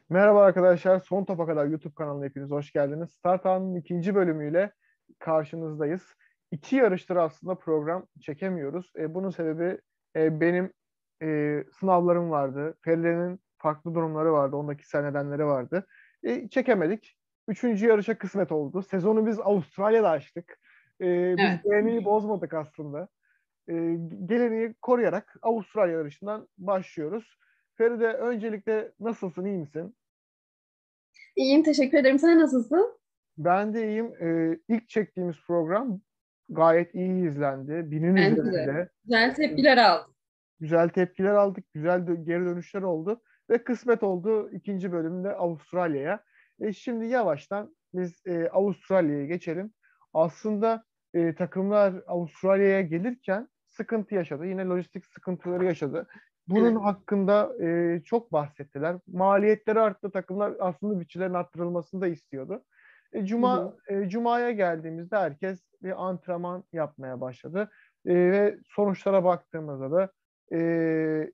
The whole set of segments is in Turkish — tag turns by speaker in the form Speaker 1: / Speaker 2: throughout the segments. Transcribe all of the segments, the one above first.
Speaker 1: Merhaba arkadaşlar, Son Topa Kadar YouTube kanalına hepiniz hoş geldiniz. Start An'ın ikinci bölümüyle karşınızdayız. İki yarıştır aslında program çekemiyoruz. Bunun sebebi benim sınavlarım vardı. Feride'nin farklı durumları vardı, ondaki kişisel nedenleri vardı. Çekemedik. Üçüncü yarışa kısmet oldu. Sezonu biz Avustralya'da açtık. Biz
Speaker 2: Evet.
Speaker 1: geleneği bozmadık aslında. E, Geleneği koruyarak Avustralya yarışından başlıyoruz. Feride öncelikle nasılsın, iyi misin?
Speaker 2: İyiyim, teşekkür ederim. Sen nasılsın?
Speaker 1: Ben de iyiyim. İlk çektiğimiz program gayet iyi izlendi. Binin
Speaker 2: Bence de.
Speaker 1: üzerinde.
Speaker 2: Güzel tepkiler aldım.
Speaker 1: Güzel tepkiler aldık. Güzel geri dönüşler oldu. Ve kısmet oldu ikinci bölümde Avustralya'ya. Şimdi yavaştan biz Avustralya'ya geçelim. Aslında takımlar Avustralya'ya gelirken sıkıntı yaşadı. Yine lojistik sıkıntıları yaşadı. Bunun
Speaker 2: Evet.
Speaker 1: hakkında çok bahsettiler. Maliyetleri arttı. Takımlar aslında bütçelerin arttırılmasını da istiyordu.
Speaker 2: Hı hı.
Speaker 1: Cuma'ya geldiğimizde herkes bir antrenman yapmaya başladı. Ve sonuçlara baktığımızda da e,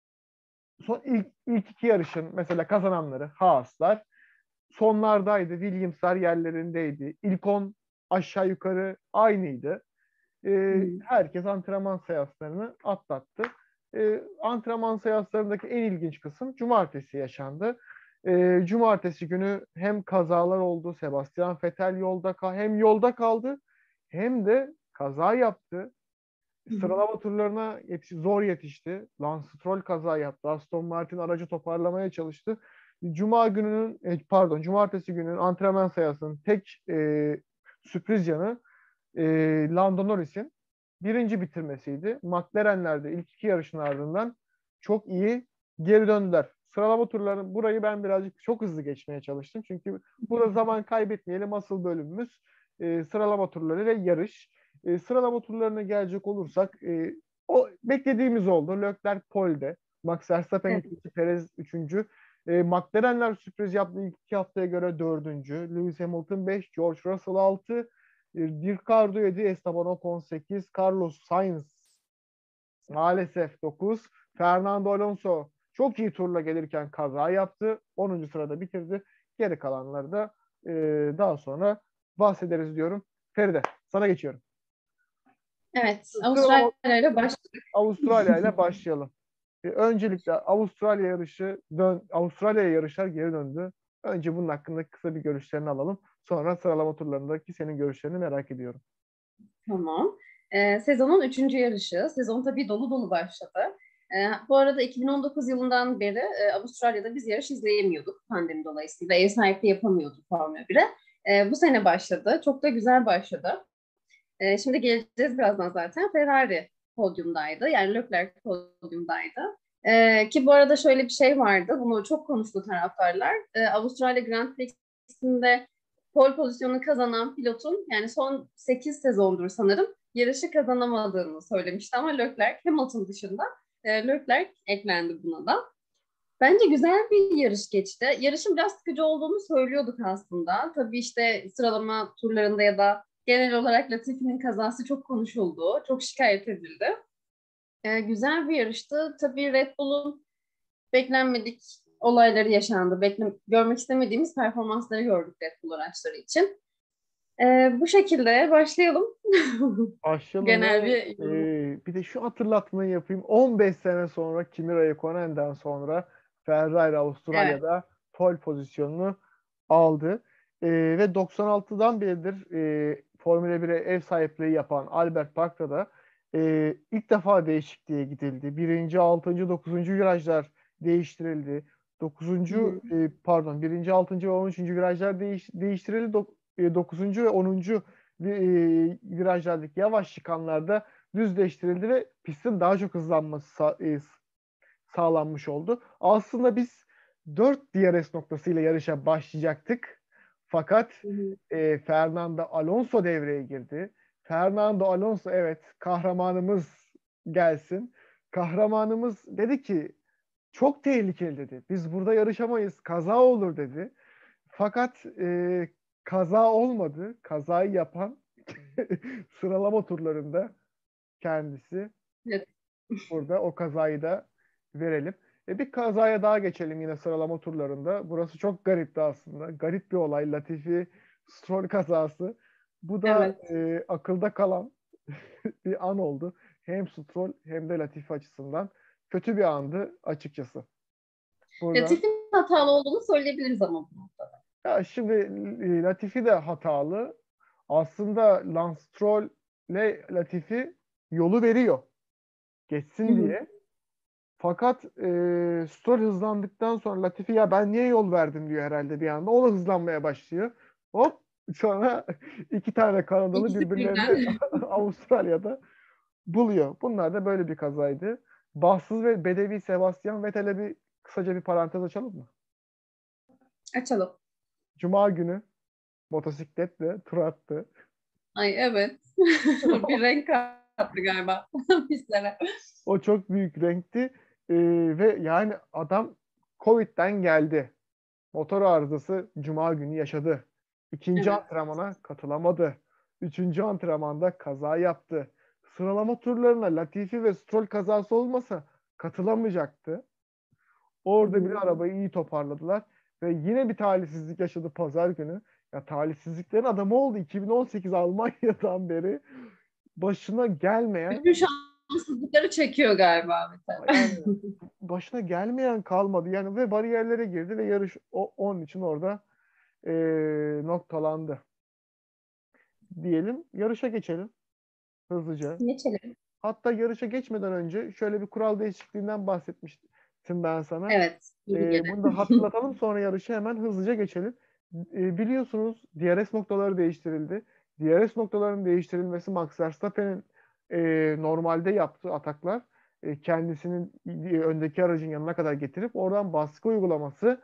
Speaker 1: ilk iki yarışın mesela kazananları Haaslar sonlardaydı. Williams'lar yerlerindeydi. İlk 10 aşağı yukarı aynıydı.
Speaker 2: Hı hı.
Speaker 1: Herkes antrenman seanslarını atlattı. Antrenman seanslarındaki en ilginç kısım cumartesi yaşandı. Cumartesi günü hem kazalar oldu. Sebastian Vettel hem yolda kaldı hem de kaza yaptı.
Speaker 2: Hı hı.
Speaker 1: Sıralama turlarına zor yetişti. Lance Stroll kaza yaptı. Aston Martin aracı toparlamaya çalıştı. Cumartesi gününün antrenman sayısının tek sürpriz yanı e, Lando Norris'in birinci bitirmesiydi. McLaren'ler de ilk iki yarışın ardından çok iyi geri döndüler. Sıralama turları burayı ben birazcık çok hızlı geçmeye çalıştım. Çünkü burada zaman kaybetmeyelim. Asıl bölümümüz sıralama turları ve yarış. Sıralama turlarına gelecek olursak o beklediğimiz oldu. Leclerc pole'de. Max Verstappen
Speaker 2: Evet.
Speaker 1: ikinci, Perez üçüncü. McLaren'ler sürpriz yaptı. İlk iki haftaya göre dördüncü. Lewis Hamilton 5, George Russell 6, Ricardo 7, Esteban Ocon 8, Carlos Sainz maalesef 9, Fernando Alonso çok iyi turla gelirken kaza yaptı. 10. sırada bitirdi. Geri kalanları da e, daha sonra bahsederiz diyorum. Feride, sana geçiyorum.
Speaker 2: Evet.
Speaker 1: Sıralama
Speaker 2: Avustralya ile başladık.
Speaker 1: Avustralya ile başlayalım. Öncelikle Avustralya'ya yarışlar geri döndü. Önce bunun hakkında kısa bir görüşlerini alalım. Sonra sıralama turlarındaki senin görüşlerini merak ediyorum.
Speaker 2: Tamam. Sezonun üçüncü yarışı. Sezon tabii dolu dolu başladı. Bu arada 2019 yılından beri Avustralya'da biz yarış izleyemiyorduk pandemi dolayısıyla. Ev sahipliği yapamıyorduk Formula 1'e. Bu sene başladı. Çok da güzel başladı. Şimdi geleceğiz birazdan zaten. Ferrari podyumdaydı. Yani Leclerc podyumdaydı. Ki bu arada şöyle bir şey vardı. Bunu çok konuştu taraftarlar. Avustralya Grand Prix'sinde pole pozisyonu kazanan pilotun yani son 8 sezondur sanırım yarışı kazanamadığını söylemişti ama Leclerc Hamilton dışında Leclerc eklendi buna da. Bence güzel bir yarış geçti. Yarışın biraz sıkıcı olduğunu söylüyorduk aslında. Tabii işte sıralama turlarında ya da genel olarak Latifi'nin kazası çok konuşuldu. Çok şikayet edildi. Güzel bir yarıştı. Tabii Red Bull'un beklenmedik olayları yaşandı. Görmek istemediğimiz performansları gördük Red Bull araçları için. Bu şekilde başlayalım.
Speaker 1: Başlayalım
Speaker 2: Genel
Speaker 1: ve
Speaker 2: bir yorum.
Speaker 1: bir de şu hatırlatmayı yapayım. 15 sene sonra Kimi Räikkönen'den sonra Ferrari
Speaker 2: Evet.
Speaker 1: Avustralya'da pole pozisyonunu aldı. Ve 96'dan beridir Formula 1'e ev sahipliği yapan Albert Park'ta da ilk defa değişikliğe gidildi. Birinci, 6. 9. virajlar değiştirildi.
Speaker 2: Hı
Speaker 1: 9.
Speaker 2: hı.
Speaker 1: Birinci, 6. ve 13. virajlar değiştirildi. 9. ve 10. Virajlardaki yavaş çıkanlarda düzleştirildi ve pistin daha çok hızlanması sağlanmış oldu. Aslında biz 4 DRS noktasıyla yarışa başlayacaktık. Fakat
Speaker 2: Hı hı.
Speaker 1: Fernando Alonso devreye girdi. Fernando Alonso, evet, kahramanımız gelsin. Kahramanımız dedi ki çok tehlikeli dedi. Biz burada yarışamayız. Kaza olur dedi. Fakat kaza olmadı. Kazayı yapan sıralama turlarında kendisi.
Speaker 2: Evet.
Speaker 1: Burada o kazayı da verelim. Bir kazaya daha geçelim yine sıralama turlarında. Burası çok garipti aslında. Garip bir olay. Latifi Stroll kazası. Bu da
Speaker 2: Evet.
Speaker 1: akılda kalan bir an oldu. Hem Stroll hem de Latifi açısından. Kötü bir andı açıkçası. Burada
Speaker 2: Latif'in hatalı olduğunu söyleyebiliriz ama bu noktada.
Speaker 1: ya şimdi Latifi de hatalı. Aslında Lance Stroll ile Latifi yolu veriyor.
Speaker 2: Hı
Speaker 1: Geçsin
Speaker 2: hı.
Speaker 1: diye. Fakat Stroll hızlandıktan sonra Latifi ya ben niye yol verdim diyor herhalde bir anda. O da hızlanmaya başlıyor. Hop sonra iki tane Kanadalı
Speaker 2: İkisi
Speaker 1: birbirlerini
Speaker 2: birden.
Speaker 1: Avustralya'da buluyor. Bunlar da böyle bir kazaydı. Bahtsız ve bedevi Sebastian Vettel'e bir kısaca bir parantez açalım mı?
Speaker 2: Açalım.
Speaker 1: Cuma günü motosikletle tur attı.
Speaker 2: Ay evet. Bir renk kattı galiba pistlere.
Speaker 1: O çok büyük renkti. Ve yani adam Covid'den geldi. Motor arızası Cuma günü yaşadı. İkinci
Speaker 2: Evet.
Speaker 1: antrenmana katılamadı. Üçüncü antrenmanda kaza yaptı. Sıralama turlarına Latifi ve Stroll kazası olmasa katılamayacaktı.
Speaker 2: Hı
Speaker 1: Orada bile
Speaker 2: hı.
Speaker 1: arabayı iyi toparladılar. Ve yine bir talihsizlik yaşadı pazar günü. Ya talihsizliklerin adamı oldu. 2018 Almanya'dan beri başına gelmeyen
Speaker 2: Bütün şanssızlıkları çekiyor galiba mesela.
Speaker 1: yani başına gelmeyen kalmadı. Yani ve bariyerlere girdi ve yarış onun için orada noktalandı. Diyelim. Yarışa geçelim hızlıca.
Speaker 2: Geçelim.
Speaker 1: Hatta yarışa geçmeden önce şöyle bir kural değişikliğinden bahsetmiştim ben sana.
Speaker 2: Evet. Yeni gene.
Speaker 1: Bunu da hatırlatalım sonra yarışa hemen hızlıca geçelim. Biliyorsunuz DRS noktaları değiştirildi. DRS noktalarının değiştirilmesi Max Verstappen'in normalde yaptığı ataklar kendisinin öndeki aracın yanına kadar getirip oradan baskı uygulaması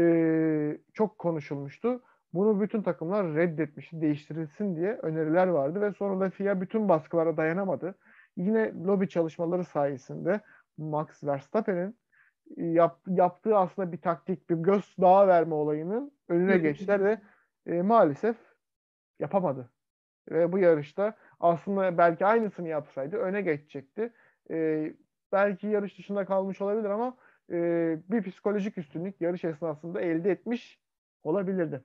Speaker 1: çok konuşulmuştu. Bunu bütün takımlar reddetmişti, değiştirilsin diye öneriler vardı ve sonunda FIA bütün baskılara dayanamadı. Yine lobi çalışmaları sayesinde Max Verstappen'in yaptığı aslında bir taktik, bir gözdağı verme olayının önüne geçtiler ve maalesef yapamadı. Ve bu yarışta aslında belki aynısını yapsaydı öne geçecekti. Belki yarış dışında kalmış olabilir ama bir psikolojik üstünlük yarış esnasında elde etmiş olabilirdi.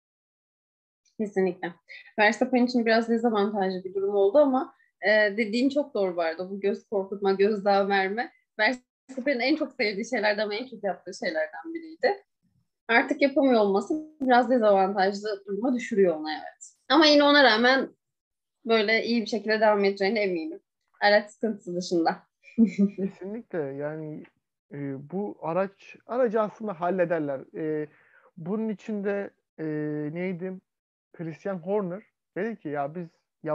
Speaker 2: Kesinlikle. Verstappen için biraz dezavantajlı bir durum oldu ama dediğin çok doğru vardı. Bu göz korkutma, gözdağı verme. Verstappen'in en çok sevdiği şeylerden ve en çok yaptığı şeylerden biriydi. Artık yapamıyor olması biraz dezavantajlı duruma düşürüyor onu, evet. Ama yine ona rağmen böyle iyi bir şekilde devam edeceğine eminim. Araç sıkıntısı dışında.
Speaker 1: Kesinlikle yani bu aracı aslında hallederler. Bunun içinde neydi? Christian Horner dedi ki ya biz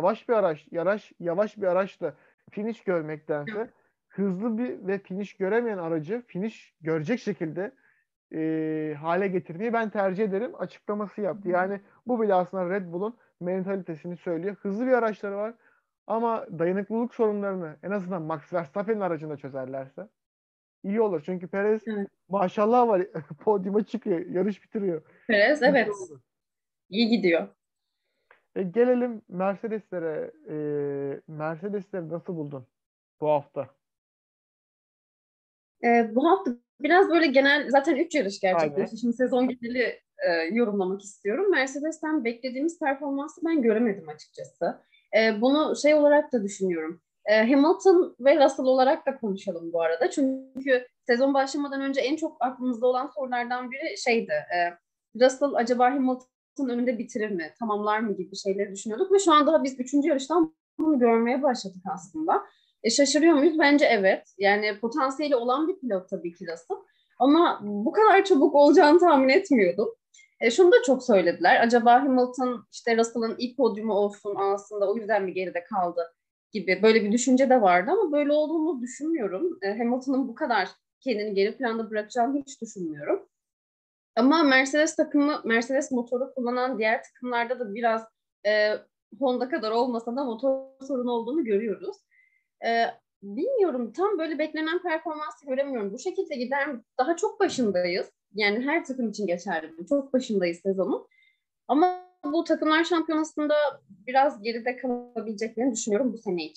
Speaker 1: yavaş bir araçla finish görmektense hızlı bir ve finish göremeyen aracı finish görecek şekilde hale getirmeyi ben tercih ederim açıklaması yaptı. Yani bu bile aslında Red Bull'un mentalitesini söylüyor. Hızlı bir araçları var ama dayanıklılık sorunlarını en azından Max Verstappen'in aracında çözerlerse iyi olur. Çünkü Perez
Speaker 2: Evet.
Speaker 1: maşallah var podyuma çıkıyor, yarış bitiriyor.
Speaker 2: Perez
Speaker 1: Güzel
Speaker 2: evet.
Speaker 1: oldu.
Speaker 2: İyi gidiyor.
Speaker 1: Gelelim Mercedes'lere. Mercedes'leri nasıl buldun bu hafta?
Speaker 2: Bu hafta biraz böyle genel, zaten 3 yarış
Speaker 1: Aynen.
Speaker 2: gerçekleşti. Şimdi sezon geneli yorumlamak istiyorum. Mercedes'ten beklediğimiz performansı ben göremedim açıkçası. Bunu şey olarak da düşünüyorum. Hamilton ve Russell olarak da konuşalım bu arada. Çünkü sezon başlamadan önce en çok aklımızda olan sorulardan biri şeydi. Russell acaba Hamilton'ın önünde bitirir mi, tamamlar mı gibi şeyleri düşünüyorduk. Ve şu an daha biz 3. yarıştan bunu görmeye başladık aslında. Şaşırıyor muyuz? Bence evet. Yani potansiyeli olan bir pilot tabii ki Russell. Ama bu kadar çabuk olacağını tahmin etmiyordum. Şunu da çok söylediler. Acaba Hamilton işte Russell'ın ilk podyumu olsun aslında o yüzden mi geride kaldı gibi böyle bir düşünce de vardı ama böyle olduğunu düşünmüyorum. Hamilton'ın bu kadar kendini geri planda bırakacağını hiç düşünmüyorum. Ama Mercedes takımı, Mercedes motoru kullanan diğer takımlarda da biraz Honda kadar olmasa da motor sorunu olduğunu görüyoruz. Ee, Bilmiyorum. Tam böyle beklenen performansı göremiyorum. Bu şekilde gider mi? Daha çok başındayız. Yani her takım için geçerli bu. Çok başındayız sezonun. Ama bu takımlar şampiyonasında biraz geride kalabileceklerini düşünüyorum bu sene için.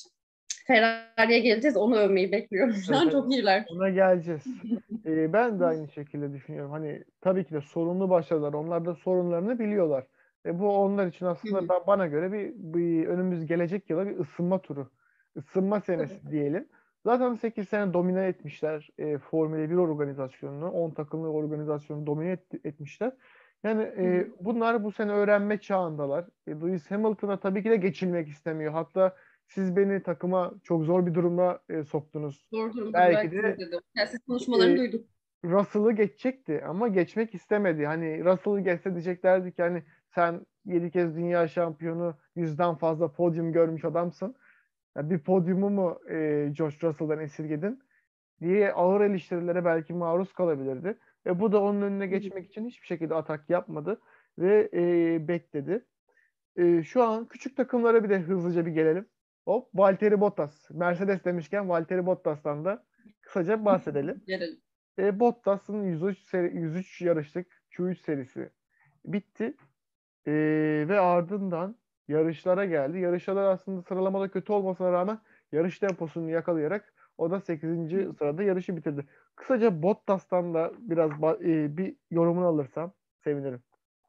Speaker 2: Ferrari'ye geleceğiz. Onu övmeyi bekliyorum. Şu
Speaker 1: Evet,
Speaker 2: an
Speaker 1: evet.
Speaker 2: çok iyiler.
Speaker 1: Ona geleceğiz. Ben de aynı şekilde düşünüyorum. Hani tabii ki de sorunlu başladılar. Onlar da sorunlarını biliyorlar. Bu onlar için
Speaker 2: Hı
Speaker 1: aslında
Speaker 2: hı.
Speaker 1: bana göre bir önümüz gelecek yıla bir ısınma turu. Isınma
Speaker 2: Tabii.
Speaker 1: senesi diyelim. Zaten 8 sene domine etmişler Formula 1 organizasyonunu. 10 takımlı organizasyonu domine etmişler. Yani
Speaker 2: Hı hı.
Speaker 1: bunlar bu sene öğrenme çağındalar. Lewis Hamilton'a tabii ki de geçilmek istemiyor. Hatta siz beni takıma çok zor bir durumda soktunuz.
Speaker 2: Zor durumda
Speaker 1: Belki
Speaker 2: bıraktınız
Speaker 1: de
Speaker 2: dedi. Telsiz konuşmalarını
Speaker 1: e,
Speaker 2: duyduk.
Speaker 1: Russell'ı geçecekti ama geçmek istemedi. Hani Russell'ı geçse diyeceklerdi ki hani sen 7 kez dünya şampiyonu, 100'den fazla podyum görmüş adamsın. Ya bir podyumu mu George Russell'dan esirgedin diye ağır eleştirilere belki maruz kalabilirdi. Bu da onun önüne
Speaker 2: Hı hı.
Speaker 1: geçmek için hiçbir şekilde atak yapmadı ve bekledi. Şu an küçük takımlara bir de hızlıca bir gelelim. Hop, Valtteri Bottas. Mercedes demişken Valtteri Bottas'tan da kısaca bahsedelim.
Speaker 2: Gelelim.
Speaker 1: Bottas'ın 103 yarışlık Q3 serisi bitti. E, Ve ardından yarışlara geldi. Yarışlar aslında sıralamada kötü olmasına rağmen yarış temposunu yakalayarak o da 8. sırada yarışı bitirdi. Kısaca Bottas'tan da biraz bir yorumunu alırsam sevinirim.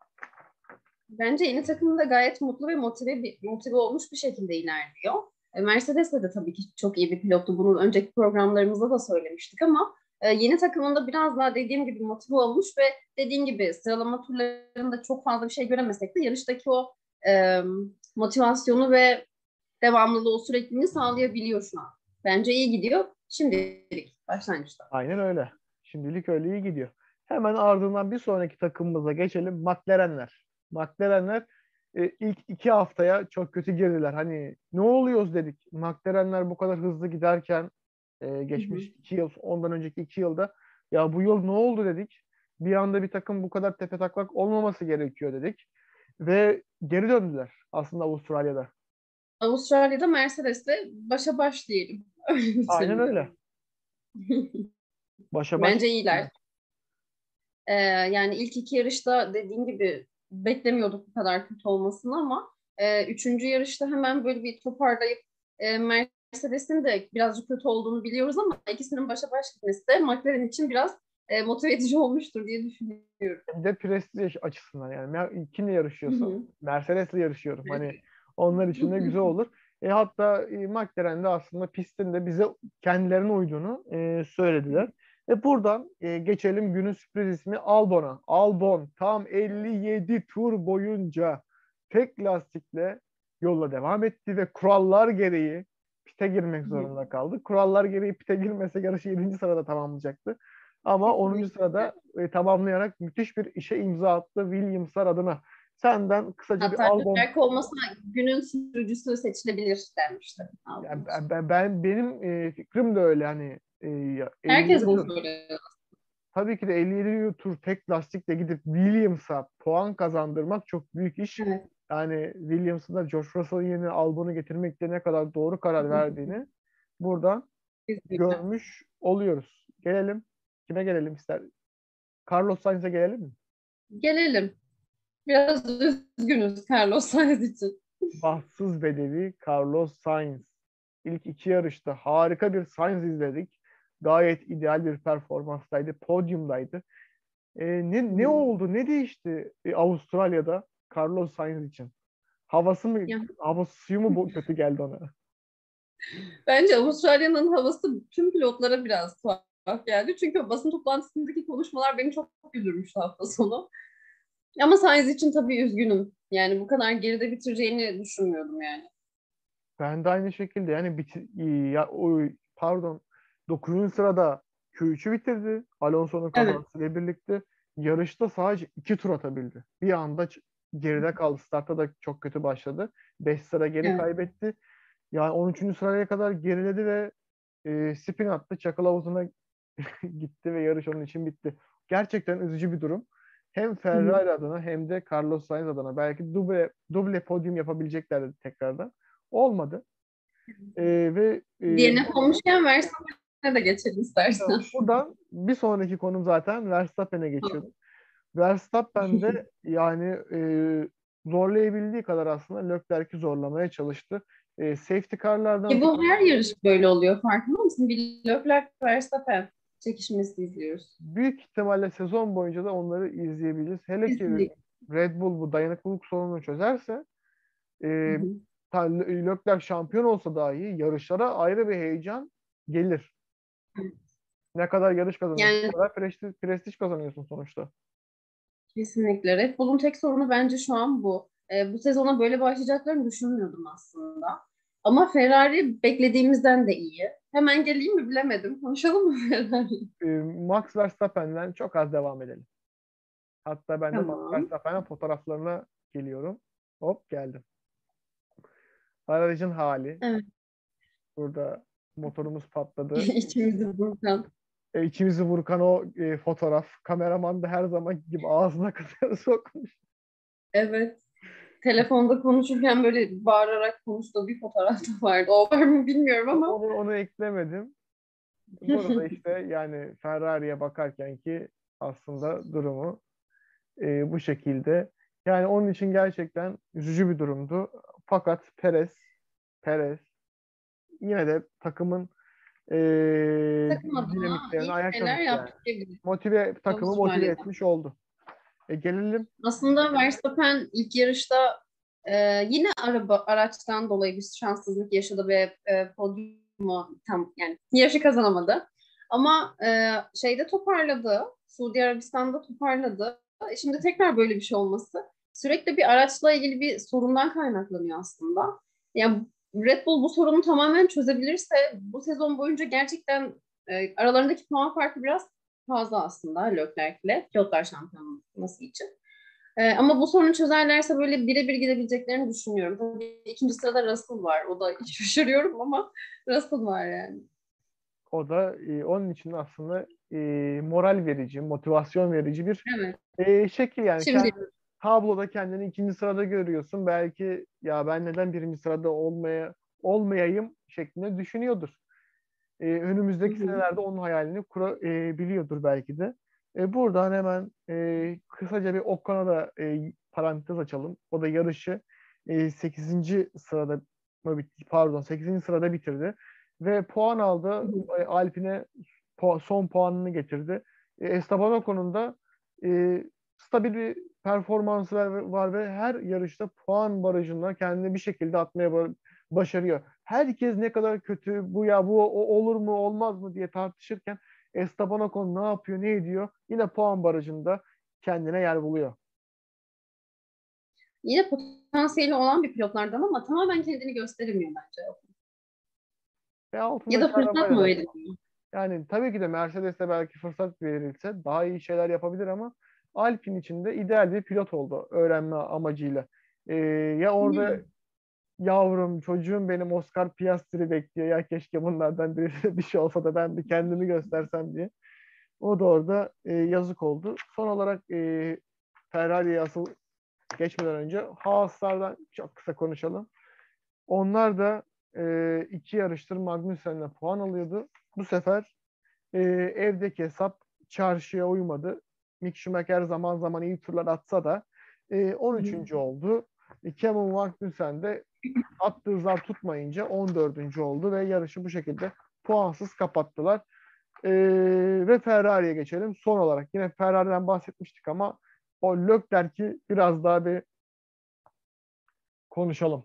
Speaker 2: Bence yeni takımında gayet mutlu ve motive olmuş bir şekilde ilerliyor. Mercedes'te de tabii ki çok iyi bir pilottu. Bunu önceki programlarımızda da söylemiştik ama yeni takımında biraz daha dediğim gibi motive olmuş ve dediğim gibi sıralama turlarında çok fazla bir şey göremesek de yarıştaki o e, motivasyonu ve devamlılığı, sürekliliğini sağlayabiliyor şu an. Bence iyi gidiyor. Şimdilik başlangıçta.
Speaker 1: Aynen öyle. Şimdilik öyle iyi gidiyor. Hemen ardından bir sonraki takımımıza geçelim. McLarenler. McLarenler ilk 2 haftaya çok kötü girdiler. Hani ne oluyoruz dedik. McLarenler bu kadar hızlı giderken
Speaker 2: Hı hı.
Speaker 1: geçmiş 2 yıl, ondan önceki 2 yılda ya bu yıl ne oldu dedik. Bir anda bir takım bu kadar tepetaklak olmaması gerekiyor dedik. Ve geri döndüler aslında Avustralya'da.
Speaker 2: Avustralya'da Mercedes'le başa baş diyelim. Öyle
Speaker 1: Aynen
Speaker 2: bitirelim.
Speaker 1: öyle. Başa baş.
Speaker 2: Bence iyiler. Yani ilk iki yarışta dediğim gibi beklemiyorduk bu kadar kötü olmasını ama üçüncü yarışta hemen böyle bir toparlayıp Mercedes'in de birazcık kötü olduğunu biliyoruz ama ikisinin başa baş gitmesi de McLaren için biraz motive edici olmuştur diye düşünüyorum.
Speaker 1: Hem de prestij açısından yani kimle
Speaker 2: Hı
Speaker 1: yarışıyorsun?
Speaker 2: hı.
Speaker 1: Mercedes'le yarışıyorum. Hani onlar için de güzel olur. Hatta McLaren de aslında pistin de bize kendilerine uyduğunu söylediler. Buradan geçelim günün sürpriz ismi Albon'a. Albon tam 57 tur boyunca tek lastikle yola devam etti ve kurallar gereği pite girmek
Speaker 2: Hı hı.
Speaker 1: zorunda kaldı. Kurallar gereği pite girmese yarışı 7. sırada tamamlayacaktı. Ama 10.
Speaker 2: Kesinlikle.
Speaker 1: sırada tamamlayarak müthiş bir işe imza attı Williams'lar adına. Senden kısaca bir
Speaker 2: Hatta
Speaker 1: Albon.
Speaker 2: Leclerc olmasa günün sürücüsü seçilebilir denmişti.
Speaker 1: Yani
Speaker 2: Albon için.
Speaker 1: benim fikrim de öyle hani
Speaker 2: Herkes
Speaker 1: 57
Speaker 2: bunu
Speaker 1: tur.
Speaker 2: söylüyor.
Speaker 1: Tabii ki de 57 tur tek lastikle gidip Williams'a puan kazandırmak çok büyük iş.
Speaker 2: Evet.
Speaker 1: Yani Williams'ın da George Russell'ın yerine Albon'u getirmekte ne kadar doğru karar verdiğini buradan
Speaker 2: Kesinlikle.
Speaker 1: görmüş oluyoruz. Gelelim. Kime gelelim ister? Carlos Sainz'e gelelim mi?
Speaker 2: Gelelim. Biraz üzgünüz Carlos Sainz için.
Speaker 1: Bahtsız bedevi Carlos Sainz. İlk 2 yarışta harika bir Sainz izledik. Gayet ideal bir performanstaydı. Podyumdaydı. Ne oldu? Ne değişti Avustralya'da Carlos Sainz için? Havası mı,
Speaker 2: Ya,
Speaker 1: hava suyu mu kötü geldi ona?
Speaker 2: bence Avustralya'nın havası tüm pilotlara biraz tuhaf geldi. Çünkü basın toplantısındaki konuşmalar beni çok güldürmüştü hafta sonu. Ama Sainz için tabii üzgünüm. Yani bu kadar geride bitireceğini düşünmüyordum yani.
Speaker 1: Ben de aynı şekilde yani pardon 9. sırada Q3'ü bitirdi. Alonso'nun
Speaker 2: Evet.
Speaker 1: kazasıyla birlikte yarışta sadece 2 tur atabildi. Bir anda geride kaldı. Startta da çok kötü başladı. 5 sıra geri
Speaker 2: Evet.
Speaker 1: kaybetti. Yani 13. sıraya kadar geriledi ve spin attı. Çakıl havuzuna gitti ve yarış onun için bitti. Gerçekten üzücü bir durum. Hem
Speaker 2: Hı hı.
Speaker 1: Ferrari adına hem de Carlos Sainz adına belki duble podyum yapabileceklerdi tekrardan. Olmadı. Ve
Speaker 2: DNF olmuşken Verstappen'e de geçelim istersen.
Speaker 1: buradan bir sonraki konum zaten Verstappen'e geçiyordum. Verstappen de yani zorlayabildiği kadar aslında Leclerc'i zorlamaya çalıştı. Safety car'lardan
Speaker 2: Ki bu her yarış böyle oluyor. Farkında mısın? Bir Leclerc Verstappen çekişmesi izliyoruz.
Speaker 1: büyük ihtimalle sezon boyunca da onları izleyebiliriz. Hele ki
Speaker 2: Kesinlikle.
Speaker 1: Red Bull bu dayanıklılık sorununu çözerse
Speaker 2: Hı
Speaker 1: e,
Speaker 2: hı.
Speaker 1: Leclerc şampiyon olsa dahi yarışlara ayrı bir heyecan gelir. Ne kadar yarış kazanıyorsun, o
Speaker 2: Yani
Speaker 1: kadar prestij kazanıyorsun sonuçta.
Speaker 2: kesinlikle. Red Bull'un tek sorunu bence şu an bu. Bu sezona böyle başlayacaklarını düşünmüyordum aslında. Ama Ferrari beklediğimizden de iyi. Hemen geleyim mi bilemedim. Konuşalım mı Ferrari?
Speaker 1: Max Verstappen'den çok az devam edelim. Hatta ben de Max
Speaker 2: Tamam.
Speaker 1: Verstappen'in fotoğraflarına geliyorum. Hop geldim. Aracın hali.
Speaker 2: Evet.
Speaker 1: Burada motorumuz patladı.
Speaker 2: İçimizi burkan.
Speaker 1: İçimizi vurkan o fotoğraf. Kameraman da her zaman gibi ağzına kadar sokmuş.
Speaker 2: Evet. Telefonda konuşurken böyle bağırarak konuştuğu bir fotoğraf da vardı. O var mı bilmiyorum ama.
Speaker 1: Onu eklemedim. Burada işte yani Ferrari'ye bakarken ki aslında durumu bu şekilde. Yani onun için gerçekten üzücü bir durumdu. Fakat Perez yine de takımın e,
Speaker 2: Takım adına
Speaker 1: dinamiklerine
Speaker 2: iyi
Speaker 1: ayak
Speaker 2: şeyler
Speaker 1: kazısı yani.
Speaker 2: yaptık diyebiliriz
Speaker 1: Takımı motive
Speaker 2: Avustralya'da.
Speaker 1: etmiş oldu. Gelelim.
Speaker 2: Aslında Verstappen ilk yarışta yine araçtan dolayı bir şanssızlık yaşadı ve podyumu tam yani yarışı kazanamadı. Ama şeyde toparladı. Suudi Arabistan'da toparladı. Şimdi tekrar böyle bir şey olması sürekli bir araçla ilgili bir sorundan kaynaklanıyor aslında. Yani Red Bull bu sorunu tamamen çözebilirse bu sezon boyunca gerçekten aralarındaki puan farkı biraz fazla aslında Leclerc'le pilotlar şampiyonası için. Ama bu sorunu çözerlerse böyle birebir gidebileceklerini düşünüyorum. Tabii ikinci sırada Russell var. O da hiç şaşırıyorum ama Russell var yani.
Speaker 1: O da onun için aslında moral verici, motivasyon verici bir
Speaker 2: Evet.
Speaker 1: şekil yani.
Speaker 2: Şimdi
Speaker 1: Tabloda kendini ikinci sırada görüyorsun. Belki ya ben neden birinci sırada olmayayım şeklinde düşünüyordur.
Speaker 2: hı
Speaker 1: Önümüzdeki
Speaker 2: hı.
Speaker 1: senelerde onun hayalini kurabiliyordur belki de. Buradan hemen kısaca bir Ocon'a da parantez açalım. O da yarışı 8. sırada mı bitti? Pardon, 8. sırada bitirdi. Ve puan
Speaker 2: Hı
Speaker 1: aldı.
Speaker 2: hı.
Speaker 1: Alpine son puanını getirdi. Esteban Ocon'un da e, stabil bir performansı var ve her yarışta puan barajından kendini bir şekilde atmaya başarıyor. Herkes ne kadar kötü bu olur mu olmaz mı diye tartışırken Esteban Ocon ne yapıyor ne ediyor yine puan barajında kendine yer buluyor.
Speaker 2: Yine potansiyeli olan bir pilotlardan ama tamamen kendini gösteremiyor bence.
Speaker 1: Ve
Speaker 2: Ya da
Speaker 1: altındaki
Speaker 2: fırsat
Speaker 1: arabayla
Speaker 2: mı
Speaker 1: da
Speaker 2: verilmiyor?
Speaker 1: yani tabii ki de Mercedes'e belki fırsat verilse daha iyi şeyler yapabilir ama Alpine için de ideal bir pilot oldu öğrenme amacıyla. Ya orada
Speaker 2: Yani,
Speaker 1: yavrum çocuğum benim Oscar Piastri bekliyor ya keşke bunlardan birisi bir şey olsa da ben bir kendimi göstersem diye. O da orada yazık oldu. Son olarak Ferrari'ye asıl geçmeden önce Haas'lardan çok kısa konuşalım. Onlar da iki yarıştır Magnussen'le puan alıyordu. Bu sefer evdeki hesap çarşıya uymadı. Mick Schumacher zaman zaman iyi turlar atsa da 13. oldu. Kevin Magnussen de attığı zar tutmayınca 14. oldu ve yarışı bu şekilde puansız kapattılar. Ve Ferrari'ye geçelim. Son olarak yine Ferrari'den bahsetmiştik ama o Leclerc'i biraz daha bir konuşalım.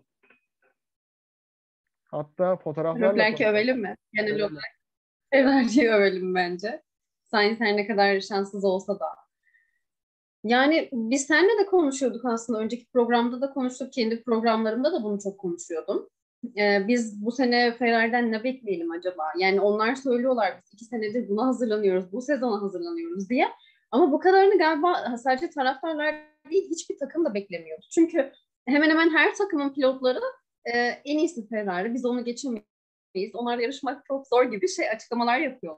Speaker 1: Hatta fotoğraflarla
Speaker 2: Leclerc'i
Speaker 1: konuşalım.
Speaker 2: övelim mi? Genel olarak
Speaker 1: Öyle.
Speaker 2: Ferrari'yi övelim bence. Sainz her ne kadar şanssız olsa da. Yani biz seninle de konuşuyorduk aslında. Önceki programda da konuştuk. Kendi programlarımda da bunu çok konuşuyordum. Biz bu sene Ferrari'den ne bekleyelim acaba? Yani onlar söylüyorlar biz 2 senedir buna hazırlanıyoruz, bu sezona hazırlanıyoruz diye. Ama bu kadarını galiba sadece taraftarlar değil hiçbir takım da beklemiyordu. Çünkü hemen hemen her takımın pilotları en iyisi Ferrari, biz onu geçemeyiz. Onlarla yarışmak çok zor gibi şey açıklamalar yapıyorlar.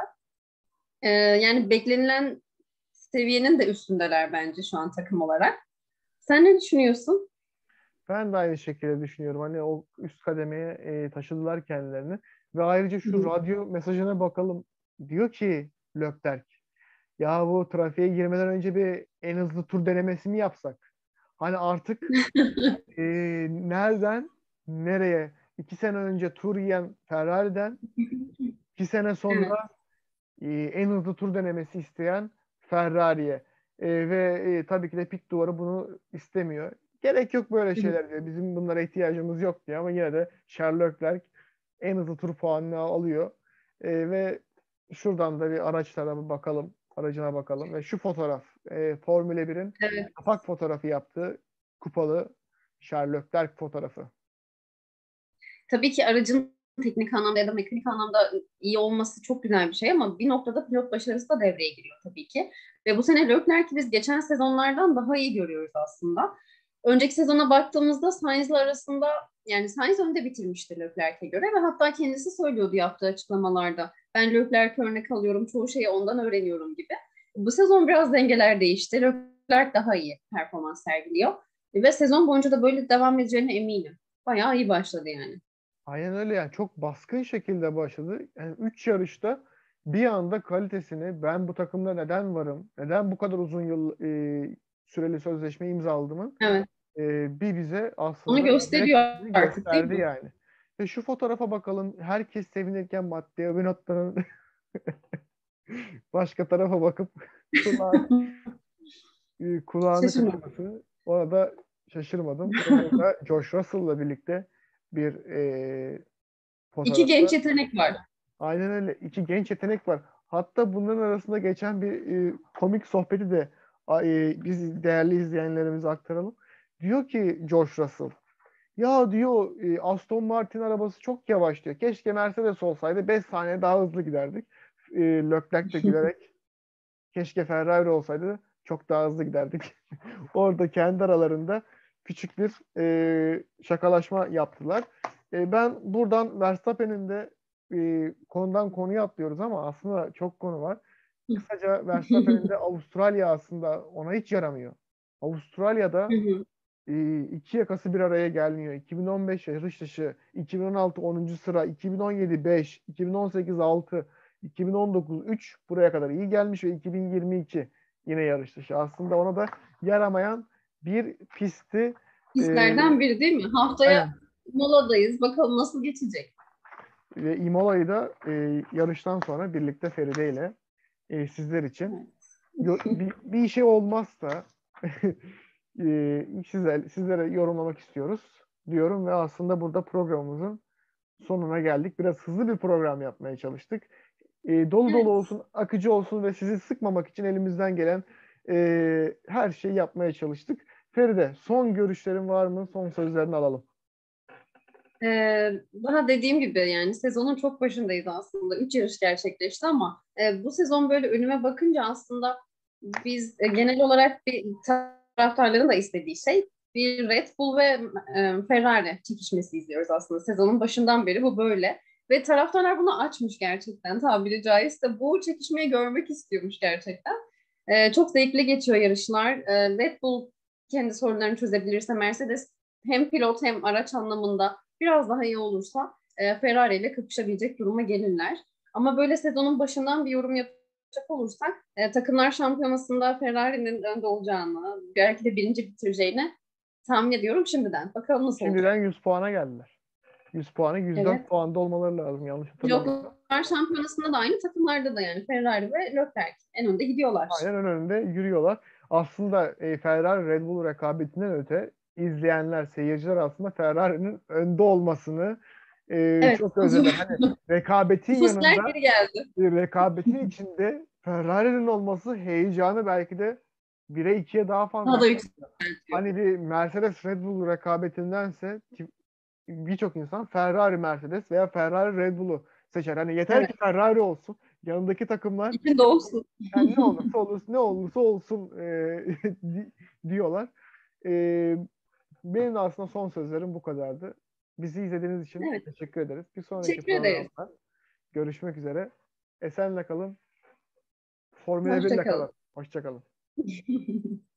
Speaker 2: Yani beklenilen seviyenin de üstündeler bence şu an takım olarak. Sen ne düşünüyorsun?
Speaker 1: Ben de aynı şekilde düşünüyorum. Hani o üst kademeye taşıdılar kendilerini. Ve ayrıca
Speaker 2: Hı
Speaker 1: şu
Speaker 2: hı.
Speaker 1: radyo mesajına bakalım. Diyor ki Leclerc, ya bu trafiğe girmeden önce bir en hızlı tur denemesi mi yapsak? Hani artık nereden? nereye? 2 sene önce tur yiyen Ferrari'den 2 sene
Speaker 2: Evet.
Speaker 1: sonra en hızlı tur denemesi isteyen Ferrari'ye. Ve tabii ki de pit duvarı bunu istemiyor. Gerek yok böyle şeyler diyor. Bizim bunlara ihtiyacımız yok diyor ama yine de Charles Leclerc en hızlı tur puanını alıyor. Ve şuradan da bir araçlara bir bakalım. Aracına bakalım. Ve şu fotoğraf. Formula 1'in
Speaker 2: Evet.
Speaker 1: kapak fotoğrafı yaptığı kupalı Charles Leclerc fotoğrafı.
Speaker 2: Tabii ki aracın teknik anlamda ya da mekanik anlamda iyi olması çok güzel bir şey ama bir noktada pilot başarısı da devreye giriyor tabii ki. Ve bu sene Leclerc'i biz geçen sezonlardan daha iyi görüyoruz aslında. Önceki sezona baktığımızda Sainz'la arasında yani Sainz önde bitirmişti Leclerc'e göre ve hatta kendisi söylüyordu yaptığı açıklamalarda. Ben Leclerc'e örnek alıyorum, çoğu şeyi ondan öğreniyorum gibi. Bu sezon biraz dengeler değişti. Leclerc daha iyi performans sergiliyor. Ve sezon boyunca da böyle devam edeceğine eminim. Bayağı iyi başladı yani.
Speaker 1: Aynen öyle yani çok baskın şekilde başladı. Yani 3 yarışta bir anda kalitesini ben bu takımda neden varım, neden bu kadar uzun yıl süreli sözleşme imzaladığımı
Speaker 2: Evet.
Speaker 1: bir bize
Speaker 2: Onu
Speaker 1: aslında
Speaker 2: gösteriyor
Speaker 1: gerekçesini
Speaker 2: artık değil
Speaker 1: gösterdi
Speaker 2: mi?
Speaker 1: yani. Ve şu fotoğrafa bakalım. Herkes sevinirken Matteo Binotto'nun başka tarafa bakıp kulağı, kulağını
Speaker 2: Şaşırmadım.
Speaker 1: kaşıması. Ona da şaşırmadım. Ve burada George Russell'la birlikte bir
Speaker 2: İki genç
Speaker 1: fotoğrafta.
Speaker 2: yetenek var.
Speaker 1: Aynen öyle. İki genç yetenek var. Hatta bunların arasında geçen bir komik sohbeti de biz değerli izleyenlerimize aktaralım. Diyor ki George Russell, ya diyor Aston Martin arabası çok yavaş diyor. Keşke Mercedes olsaydı 5 saniye daha hızlı giderdik. Leclerc de gülerek keşke Ferrari olsaydı çok daha hızlı giderdik. Orada kendi aralarında küçük bir şakalaşma yaptılar. Ben buradan Verstappen'in de konudan konuya atlıyoruz ama aslında çok konu var. Kısaca Verstappen'in de Avustralya aslında ona hiç yaramıyor. Avustralya'da iki yakası bir araya gelmiyor. 2015 yarış dışı, 2016 10. sıra, 2017 5, 2018 6, 2019 3 buraya kadar iyi gelmiş ve 2022 yine yarış dışı. Aslında ona da yaramayan bir pistti. Ee,
Speaker 2: Hislerden biri değil mi? Haftaya
Speaker 1: aynen.
Speaker 2: moladayız. Bakalım nasıl geçecek.
Speaker 1: Ve Imola'yı da yarıştan sonra birlikte Feride ile sizler için
Speaker 2: Evet.
Speaker 1: bir şey olmazsa sizlere yorumlamak istiyoruz diyorum ve aslında burada programımızın sonuna geldik. Biraz hızlı bir program yapmaya çalıştık. Dolu dolu
Speaker 2: Evet.
Speaker 1: olsun, akıcı olsun ve sizi sıkmamak için elimizden gelen her şeyi yapmaya çalıştık. Feride, son görüşlerin var mı? Son sözlerini alalım.
Speaker 2: Daha dediğim gibi yani sezonun çok başındayız aslında. 3 yarış gerçekleşti ama bu sezon böyle önüme bakınca aslında biz genel olarak bir taraftarların da istediği şey bir Red Bull ve Ferrari çekişmesi izliyoruz aslında. Sezonun başından beri bu böyle. Ve taraftarlar bunu açmış gerçekten tabiri caizse. Bu çekişmeyi görmek istiyormuş gerçekten. Çok zevkli geçiyor yarışlar. Red Bull kendi sorunlarını çözebilirse Mercedes hem pilot hem araç anlamında biraz daha iyi olursa Ferrari ile kapışabilecek duruma gelirler. Ama böyle sezonun başından bir yorum yapacak olursak takımlar şampiyonasında Ferrari'nin önde olacağını, belki de birinci bitireceğini tahmin ediyorum şimdiden. Bakalım nasıl olacak.
Speaker 1: Şimdiden 100 puana geldiler. 100 puanı 104
Speaker 2: Evet.
Speaker 1: puanda olmaları lazım yanlış hatırlamıyorsam.
Speaker 2: Pilotlar şampiyonasında da aynı takımlarda da yani Ferrari ve Leclerc en önde gidiyorlar.
Speaker 1: Aynen önünde yürüyorlar. Aslında Ferrari Red Bull rekabetinden öte izleyenler, seyirciler aslında Ferrari'nin önde olmasını
Speaker 2: Evet,
Speaker 1: çok özlediler. Hani rekabetin
Speaker 2: hususlar
Speaker 1: yanında,
Speaker 2: geri geldi.
Speaker 1: rekabetin içinde Ferrari'nin olması heyecanı belki de 1'e 2'ye daha fazla
Speaker 2: Daha da
Speaker 1: arttırıyor.
Speaker 2: yükseltiyor.
Speaker 1: Hani bir Mercedes Red Bull rekabetindense birçok insan Ferrari Mercedes veya Ferrari Red Bull'u seçer. Hani yeter
Speaker 2: Evet,
Speaker 1: ki Ferrari olsun. Yanındaki takımlar
Speaker 2: içinde olsun.
Speaker 1: yani ne olursa olsun, ne olursa olsun diyorlar. E, Benim de aslında son sözlerim bu kadardı. Bizi izlediğiniz için
Speaker 2: Evet,
Speaker 1: teşekkür ederiz. Bir sonraki
Speaker 2: teşekkür ederiz.
Speaker 1: programda görüşmek üzere. Esenle kalın. Formula 1 ile
Speaker 2: Hoşça kalın.
Speaker 1: kalın. Hoşça kalın.